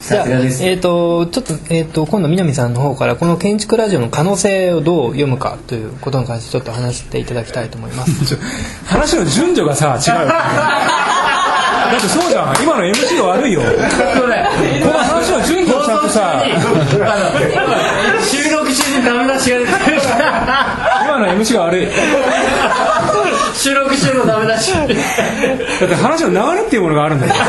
じゃあちょっと今度南さんの方からこの建築ラジオの可能性をどう読むかということに関してちょっと話していただきたいと思います。 話の順序がさ違う。だってそうじゃん、今の MC が悪いよ。この話の順序をちゃんとさ収録中にダメ出しが出てる。 今の MC が悪い。 収録中のダメ出し。だって話の流れっていうものがあるんだよ。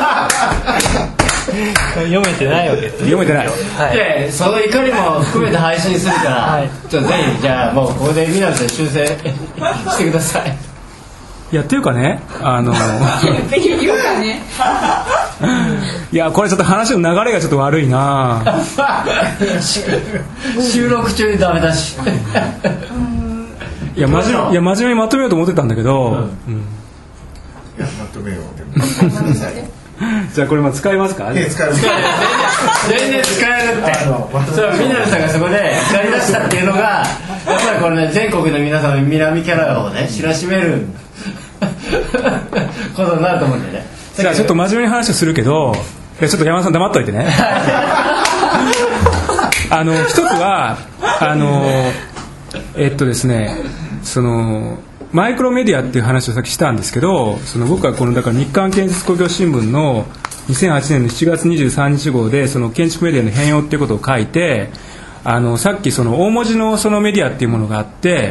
読めてないわけです。 読めてない。 でその怒りも含めて配信するから、ちょっとぜひじゃあもうここで南さん修正してください。 いやっていうかね、いやこれちょっと話の流れがちょっと悪いな。 収録中にダメだし。 いや真面目にまとめようと思ってたんだけど、 まとめよう。 じゃあこれも使いますか？ 使える。 全然使えるって。それは南さんがそこで使い出したっていうのがやっぱりこれね、全国の皆さんの南キャラをね知らしめることになると思うんだよね。 じゃあちょっと真面目に話をするけど、ちょっと山田さん黙っといてね。一つはですね、そのマイクロメディアっていう話をさっきしたんですけど、僕はこのだから日刊建設工業新聞の2008年の7月23日号でその建築メディアの変容っていうことを書いて、さっきその大文字のそのメディアっていうものがあって、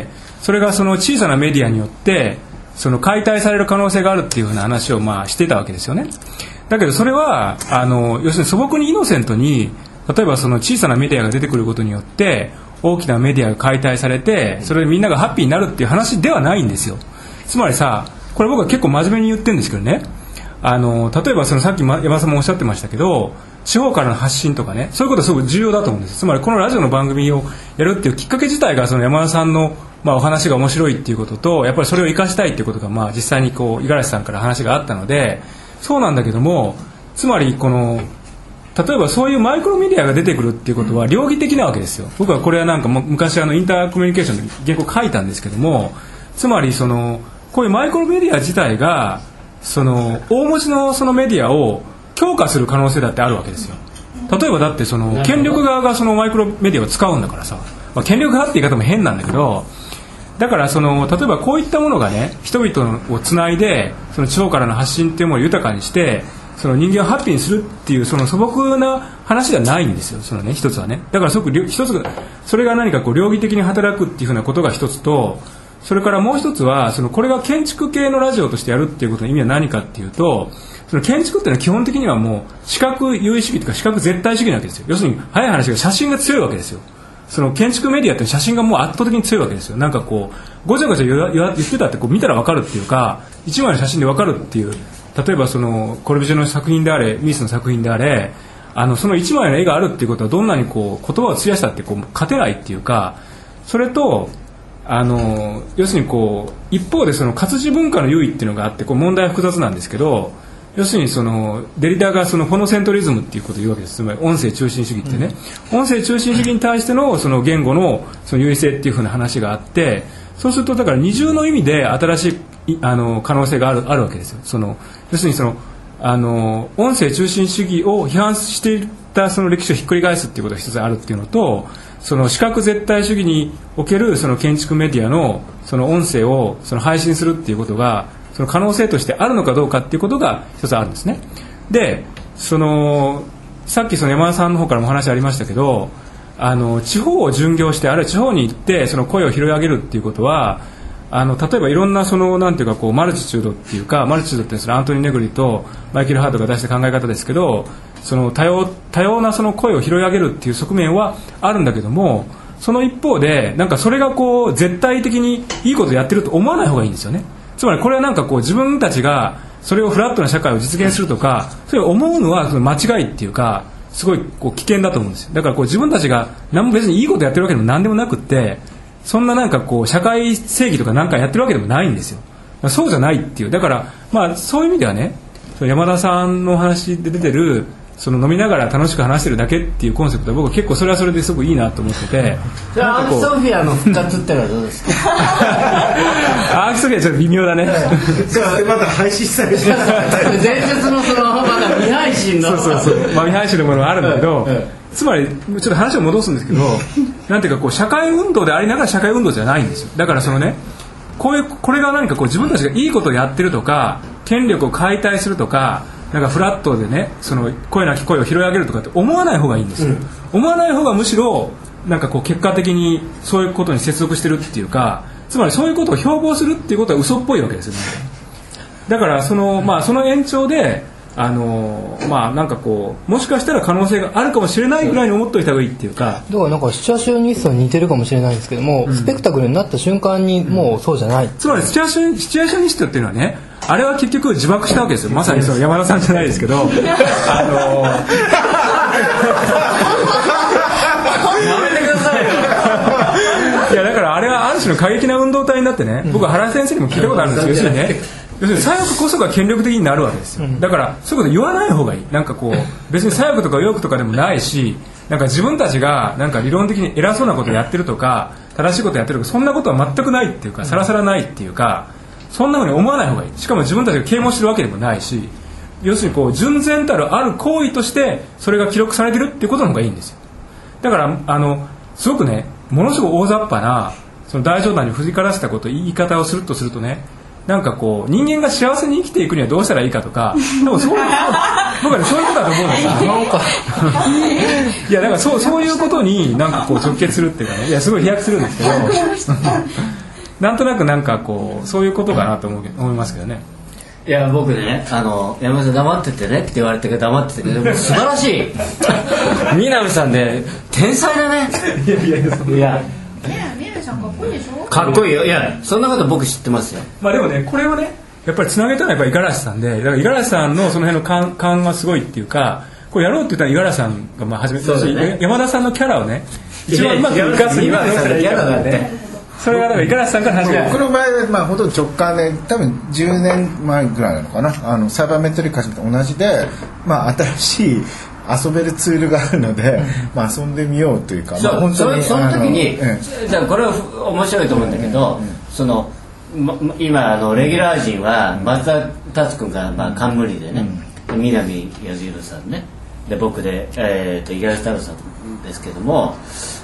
それがその小さなメディアによってその解体される可能性があるっていうふうな話をしてたわけですよね。だけどそれは要するに素朴にイノセントに、例えばその小さなメディアが出てくることによって大きなメディアが解体されて、それでみんながハッピーになるっていう話ではないんですよ。つまりさ、これ僕は結構真面目に言ってるんですけどね、例えばそのさっき山田さんもおっしゃってましたけど、地方からの発信とかね、そういうことはすごく重要だと思うんです。つまりこのラジオの番組をやるっていうきっかけ自体がその山田さんのお話が面白いっていうことと、やっぱりそれを生かしたいっていうことが実際にこう五十嵐さんから話があったので、そうなんだけども、つまりこの例えばそういうマイクロメディアが出てくるっていうことは両義的なわけですよ。僕はこれはなんか昔インターコミュニケーションで原稿書いたんですけども、つまりこういうマイクロメディア自体が大文字のそのメディアを強化する可能性だってあるわけですよ。例えばだって権力側がそのマイクロメディアを使うんだからさ、権力側って言い方も変なんだけど、だから例えばこういったものがね、人々をつないでその地方からの発信っていうものを豊かにしてその人間をハッピーにするっていうその素朴な話ではないんですよ。一つはね、だから一つそれが何かこう両義的に働くっていうふうなことが一つと、それからもう一つはこれが建築系のラジオとしてやるっていうことの意味は何かっていうと、その建築っていうのは基本的にはもう視覚優位主義というか視覚絶対主義なわけですよ。要するに早い話が写真が強いわけですよ。建築メディアって写真がもう圧倒的に強いわけですよ。なんかこうごちゃごちゃ言ってたってこう見たら分かるっていうか、一枚の写真で分かるっていう、例えばコルビュジエの作品であれミースの作品であれ、その一枚の絵があるっていうことはどんなにこう言葉を費やしたってこう勝てないっていうか、それと要するにこう一方で活字文化の優位っていうのがあって、こう問題は複雑なんですけど、要するにデリダがフォノセントリズムっていうことを言うわけです。つまり音声中心主義ってね、音声中心主義に対しての言語の優位性っていうふうな話があって、そうするとだから二重の意味で新しい可能性があるわけですよ。要するに音声中心主義を批判していたその歴史をひっくり返すっていうことが一つあるっていうのと、視覚絶対主義における建築メディアの音声を配信するっていうことが可能性としてあるのかどうかっていうことが一つあるんですね。でさっき山田さんの方からも話ありましたけど、地方を巡業して、あるいは地方に行って声を拾い上げるっていうことは、例えばいろんななんていうかこうマルチチュードっていうか、マルチチュードってアントニー・ネグリとマイケル・ハートが出した考え方ですけど、多様な声を拾い上げるっていう側面はあるんだけども、その一方でなんかそれがこう絶対的にいいことをやってると思わない方がいいんですよね。つまりこれはなんかこう自分たちがそれをフラットな社会を実現するとか、それを思うのは間違いっていうか、すごいこう危険だと思うんですよ。だからこう自分たちが何も別にいいことやってるわけでも何でもなくって、そんななんかこう社会正義とかなんかやってるわけでもないんですよ。そうじゃないっていう。だからそういう意味ではね、山田さんの話で出てる飲みながら楽しく話してるだけっていうコンセプトは僕は結構それはそれですごくいいなと思ってて。 じゃあアーキソフィアの復活ってのはどうですか？ アーキソフィアちょっと微妙だね。 まだ配信されてない。 前日のな未配信のそう、まあ、未配信のものがあるんだけど、つまりちょっと話を戻すんですけどなんていうかこう社会運動でありながら社会運動じゃないんですよ。だからそのねこれが何かこう自分たちがいいことをやってるとか権力を解体するとかなんかフラットでねその声なき声を拾い上げるとかって思わない方がいいんですよ、思わない方がむしろなんかこう結果的にそういうことに接続してるっていうかつまりそういうことを標榜するっていうことは嘘っぽいわけですよね。だからその延長でなんかこうもしかしたら可能性があるかもしれないぐらいに思っておいた方がいいっていうかだからなんかシチュアショニストに似てるかもしれないんですけども、スペクタクルになった瞬間にもうそうじゃない、 つまりシチュアショニストっていうのはねあれは結局自爆したわけですよ。まさにその山田さんじゃないですけどやめてくださいよいやだからあれはある種の過激な運動体になってね、僕は原先生にも聞いたことあるんですよ。要するに左翼こそが権力的になるわけですよ。だからそういうこと言わない方がいい。なんかこう別に左翼とか右翼とかでもないしなんか自分たちがなんか理論的に偉そうなことやってるとか正しいことやってるとかそんなことは全くないっていうかさらさらないっていうかそんなふうに思わない方がいい。しかも自分たちが啓蒙してるわけでもないし要するにこう純然たるある行為としてそれが記録されてるっていうことの方がいいんですよ。だからすごくねものすごく大雑把なその大冗談に振りからせたこと言い方をするとするとねなんかこう人間が幸せに生きていくにはどうしたらいいかとか僕はねそういうことだと思うんですよいやだからそういうことになんかこう直結するっていうかねいやすごい飛躍するんですけどなんとなくなんかこうそういうことかなと思いますけどね。 いや僕ね山田さん黙っててねって言われてから黙っててけど素晴らしい南さんね天才だねいやかっこいいよ。いやそんなこと僕知ってますよ。 まあでもねこれをねやっぱりつなげたのはやっぱり五十嵐さんでだから五十嵐さんのその辺の勘がすごいっていうかこれやろうって言ったら五十嵐さんが初めて、ね、山田さんのキャラをね一番うまく生かす今のキャラだってそれがだから五十嵐さんから始める。 僕の場合はほとんど直感で多分10年前ぐらいなのかなサイバーメトリック始めと同じで、新しい遊べるツールがあるので、遊んでみようというか、 本当にその時にじゃあこれは面白いと思うんだけど、その今レギュラー陣は松田達君が冠でね、南康弘さんねで僕で五十嵐太郎さんですけども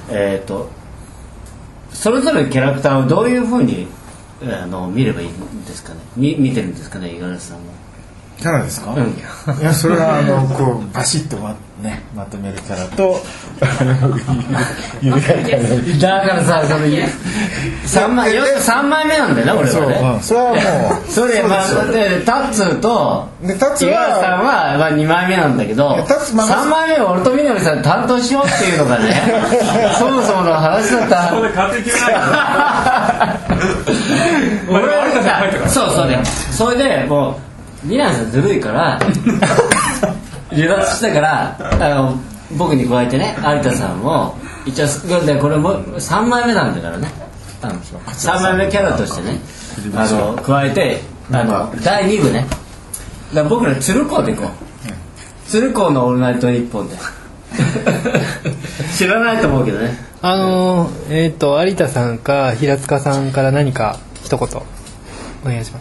それぞれのキャラクターをどういうふうに見ればいいんですかね。見てるんですかね五十嵐さんも。 キャラですか、いやそれはこうバシッとまとめるキャラとだからさその3枚目なんだよな俺はね。 それはもうそれでタッツーと五十嵐さんは2枚目なんだけど3枚目は俺と南さん担当しようっていうのがねそもそもの話だった。 そこで勝手に決めない俺はそうねそれでもう南さんずるいから離脱したから僕に加えてね有田さんも一応これも3枚目なんだからね3枚目キャラとしてね加えて第2部ねだから僕ら鶴光でいこう鶴光のオールナイトニッポンで知らないと思うけどね有田さんか平塚さんから何か一言お願いします。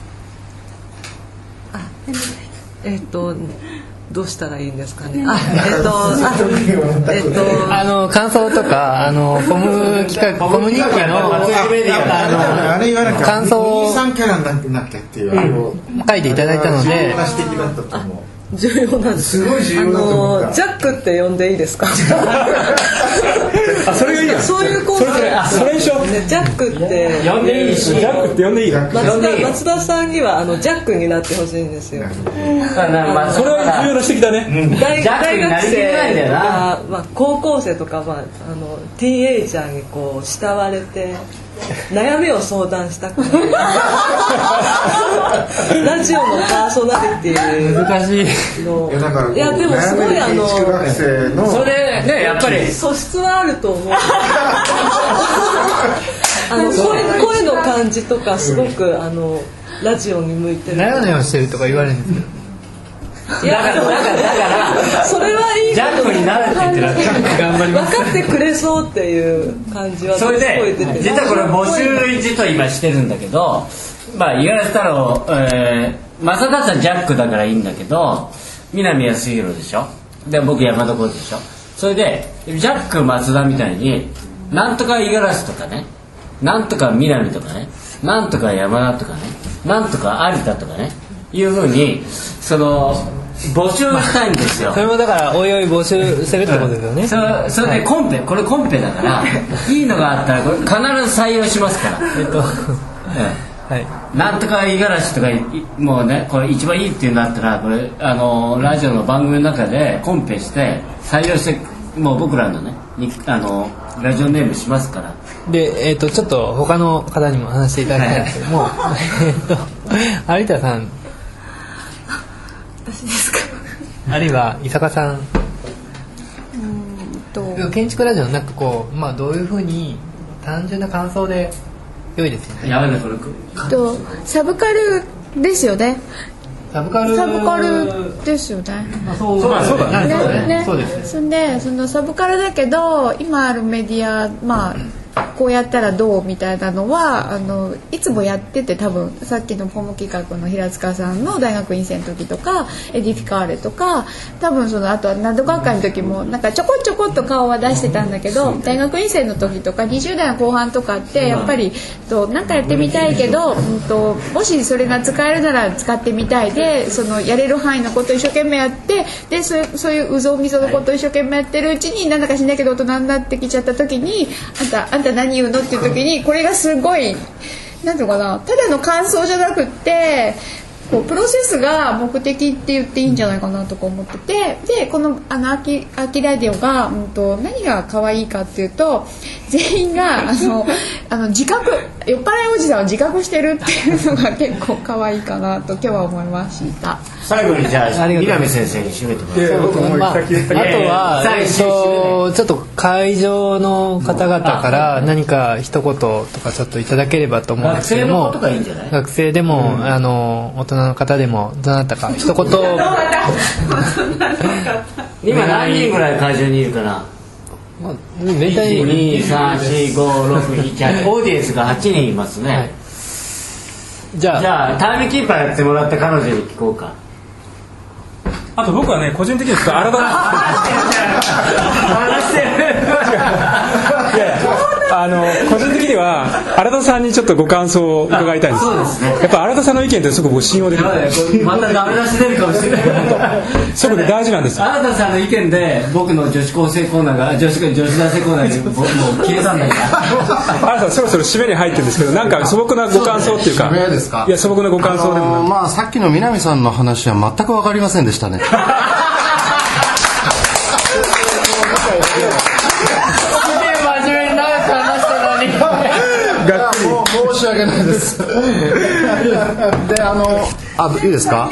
どうしたらいいんですかね。 感想とかコム日記のあれ言わなきゃ感想を 23キャラになきゃっていう書いていただいたので重要なんです。 すごい重要だと思った。 ジャックって呼んでいいですか。 それがいいや。 そういうコーナー。 それにしよう。 ジャックって呼んでいいし。 ジャックって呼んでいい。 松田さんにはジャックになってほしいんですよ。 それは重要な指摘だね。 大学生とか高校生とかティーンエイジャーにこう慕われて。悩みを相談したくないラジオのパーソナリティ難しいのいやでもすごいそれねやっぱり素質はあると思う声の感じとかすごくラジオに向いてるなよなよしてるとか言われるんですけどだからそれはいいジャックになるって言ってる分かってくれそうっていう感じはそれで実はこれ募集実は今してるんだけど五十嵐太郎正田さんジャックだからいいんだけど南康弘でしょ、で僕山田浩二でしょ。それでジャック松田みたいになんとか五十嵐とかね、なんとか南とかね、なんとか山田とかね、なんとか有田とかねいうふうに募集したいんですよ。 それもだからおいおい募集してるってことですよね。 それでコンペ、これコンペだからいいのがあったらこれ必ず採用しますから。 はい、 なんとか五十嵐とかもうね、これ一番いいっていうのだったらこれラジオの番組の中でコンペして採用して、もう僕らのねラジオネームしますから。 でちょっと他の方にも話していただきたいんですけども、有田さん、 私ですか。 あるいは伊坂さん、建築ラジオなんかこう、まあ、どういうふうに単純な感想で良いですよね。 やばいねこれサブカルですよね。 サブカルですよね。 そうだね。そうです。 そんでそのサブカルだけど今あるメディア、まあこうやったらどうみたいなのはいつもやってて、多分さっきのポム企画の平塚さんの大学院生の時とかエディフィカーレとか、多分あとはナド学会の時もなんかちょこちょこっと顔は出してたんだけど、大学院生の時とか20代の後半とかってやっぱりなんかやってみたいけど、もしそれが使えるなら使ってみたいで、やれる範囲のことを一生懸命やって、でそういううぞうみぞのことを一生懸命やってるうちになんだかしないけど大人になってきちゃった時に、あんた何言うのっていう時にこれがすごいなんていうのかな、ただの感想じゃなくってこうプロセスが目的って言っていいんじゃないかなとか思ってて、でこの秋ラディオが、何が可愛いかっていうと、全員が自覚、酔っ払いおじさんは自覚してるっていうのが結構可愛いかなと今日は思いました。 最後にじゃあ南先生に締めてもらって、 あとはちょっと会場の方々から何か一言とかちょっといただければと思うんですけども、 学生のことがいいんじゃない？ 学生でも、大人の方でもどなたか一言今何人ぐらい会場にいるかな。 全体に 2,3,4,5,6,7 オーディエンスが8人いますね、はい、じゃあタイムキーパーやってもらった彼女に聞こうか。 あと僕はね、個人的にちょっと改め個人的には新田さんにちょっとご感想を伺いたいんです。 そうですね。 やっぱ新田さんの意見ってすごく僕信用できる。 またダメ出し出るかもしれない。 そこで大事なんですよ。 新田さんの意見で僕の女子高生コーナーが女子大生コーナーにもう消えたんだから。 新田さんそろそろ締めに入ってるんですけど、なんか素朴なご感想っていうか。 締めですか。 いや素朴なご感想でも。 まあさっきの南さんの話は全く分かりませんでしたね。 申し訳ないです。でいいですか。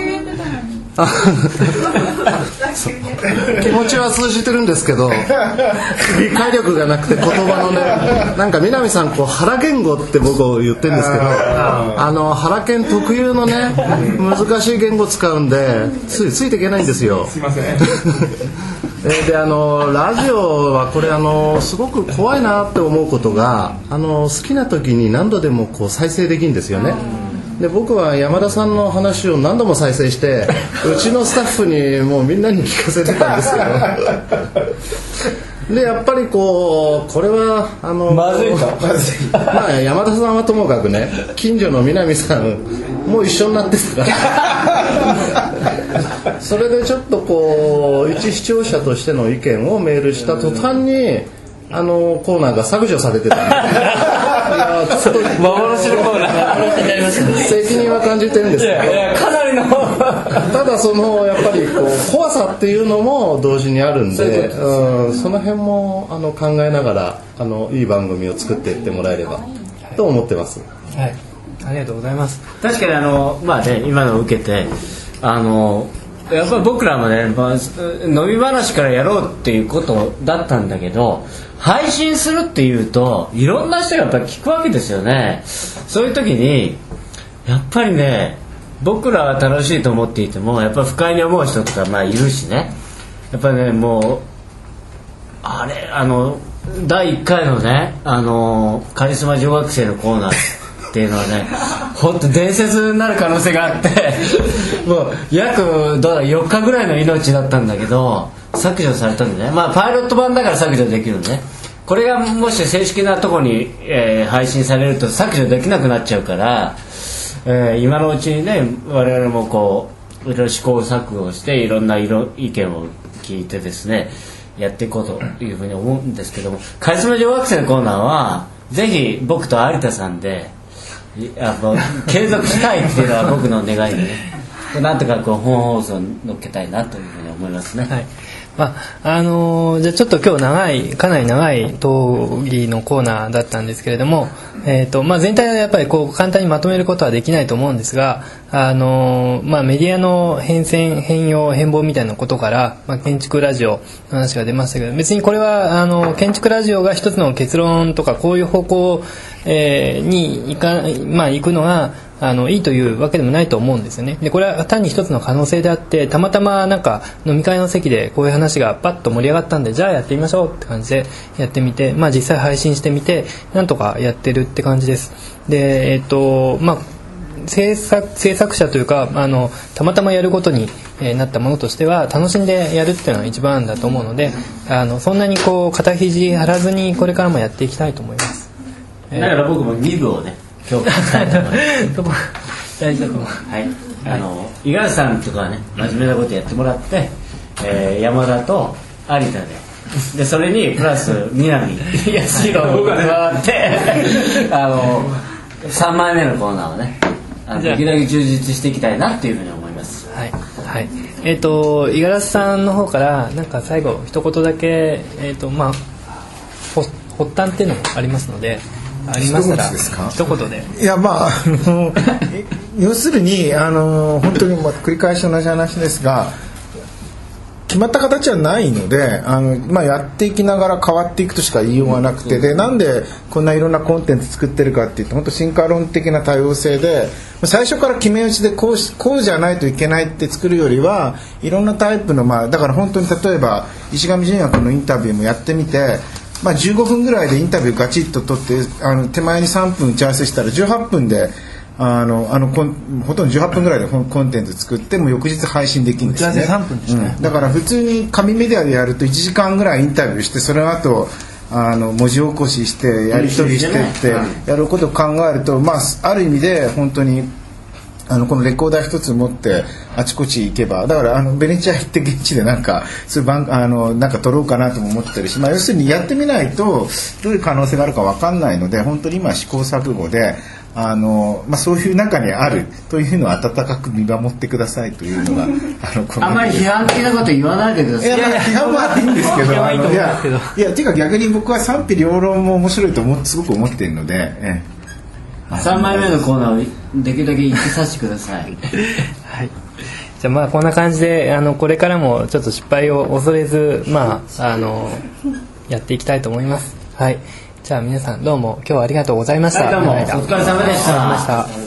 気持ちは通じてるんですけど理解力がなくて言葉のね、なんか南さんこう腹言語って僕を言ってるんですけど、腹言特有のね難しい言語使うんでついていけないんですよ。 すいません。 でラジオはこれすごく怖いなって思うことが好きな時に何度でもこう再生できるんですよね。で僕は山田さんの話を何度も再生してうちのスタッフにもうみんなに聞かせてたんですけどでやっぱりこれはまずいとまあ山田さんはともかくね、近所の南さんもう一緒になってたからそれでちょっと一視聴者としての意見をメールした途端にコーナーが削除されてたんでいやちょっと幻のコーナー責任は感じてるんですけど、 かなりのただやっぱり怖さっていうのも同時にあるんで、その辺も考えながらいい番組を作っていってもらえればと思ってます。 はい、ありがとうございます。 確かにまあね、今のを受けてやっぱり僕らもね、飲み話からやろうっていうことだったんだけど、配信するっていうといろんな人がやっぱり聞くわけですよね。そういう時にやっぱりね、僕らは楽しいと思っていてもやっぱり不快に思う人とかいるしね、やっぱりね、もう第1回のねカリスマ女学生のコーナーっていうのはね本当伝説になる可能性があってもう約4日ぐらいの命だったんだけど削除されたんでね、まあパイロット版だから削除できるね。これがもし正式なところに、配信されると削除できなくなっちゃうから、今のうちにね我々もこういろいろ試行錯誤していろんな意見を聞いてですねやっていこうというふうに思うんですけども、カリスマ女学生のコーナーはぜひ僕と有田さんで継続したいっていうのは僕の願いでねなんとかこう本放送に乗っけたいなというふうに思いますね。 はい、まあじゃあちょっと今日かなり長い討議のコーナーだったんですけれども、まあ、全体はやっぱりこう簡単にまとめることはできないと思うんですが、まあ、メディアの変遷変容変貌みたいなことから、まあ、建築ラジオの話が出ましたけど、別にこれは建築ラジオが一つの結論とかこういう方向、に行くのがいいというわけでもないと思うんですよね。でこれは単に一つの可能性であって、たまたまなんか飲み会の席でこういう話がパッと盛り上がったんで、じゃあやってみましょうって感じでやってみて、まあ、実際配信してみてなんとかやってるって感じです。でまあ制作者というかたまたまやることになったものとしては楽しんでやるっていうのが一番だと思うので、そんなにこう肩肘張らずにこれからもやっていきたいと思います。 だから僕も2部をね今日したいと思います大事だと思う。 はい、五十嵐さんとかはね真面目なことやってもらって、山田と有田でそれにプラス南康弘が加わって3枚目のコーナーをねできるだけ充実していきたいなっていうふうに思います。 はい、はい、五十嵐さんの方からなんか最後一言だけまあ発端っていうのもありますので、ありましたら一言で。 いやまあ要するに本当に繰り返し同じ話ですが、決まった形はないのでまあ、やっていきながら変わっていくとしか言いようがなくて、でなんでこんないろんなコンテンツ作ってるかっていうと、本当進化論的な多様性で、最初から決め打ちでこうじゃないといけないって作るよりはいろんなタイプの、まあ、だから本当に例えば石上淳也君のインタビューもやってみて、まあ、15分ぐらいでインタビューガチッと取って手前に3分打ち合わせしたら18分でほとんど18分ぐらいでコンテンツ作っても翌日配信できるんですね。 打ち合わせ3分ですね、 だから普通に紙メディアでやると1時間ぐらいインタビューして、その後文字起こししてやり取りしてってやることを考えると、まあ、ある意味で本当にこのレコーダー一つ持ってあちこち行けば、だからベネチア行って現地でなんかそういうなんか撮ろうかなとも思ってるし、まあ、要するにやってみないとどういう可能性があるか分かんないので、本当に今試行錯誤でまあ、そういう中にあるというのを温かく見守ってくださいというのがあんまり批判的なこと言わないでください。 いや批判はいいんですけどいやっていうか逆に僕は賛否両論も面白いとすごく思っているので、 3枚目のコーナーをできるだけ行きさせてください。 はい、じゃあまあこんな感じでこれからもちょっと失敗を恐れず、まあやっていきたいと思います。はい、じゃあ皆さんどうも今日はありがとうございました。 はい、どうもお疲れ様でした。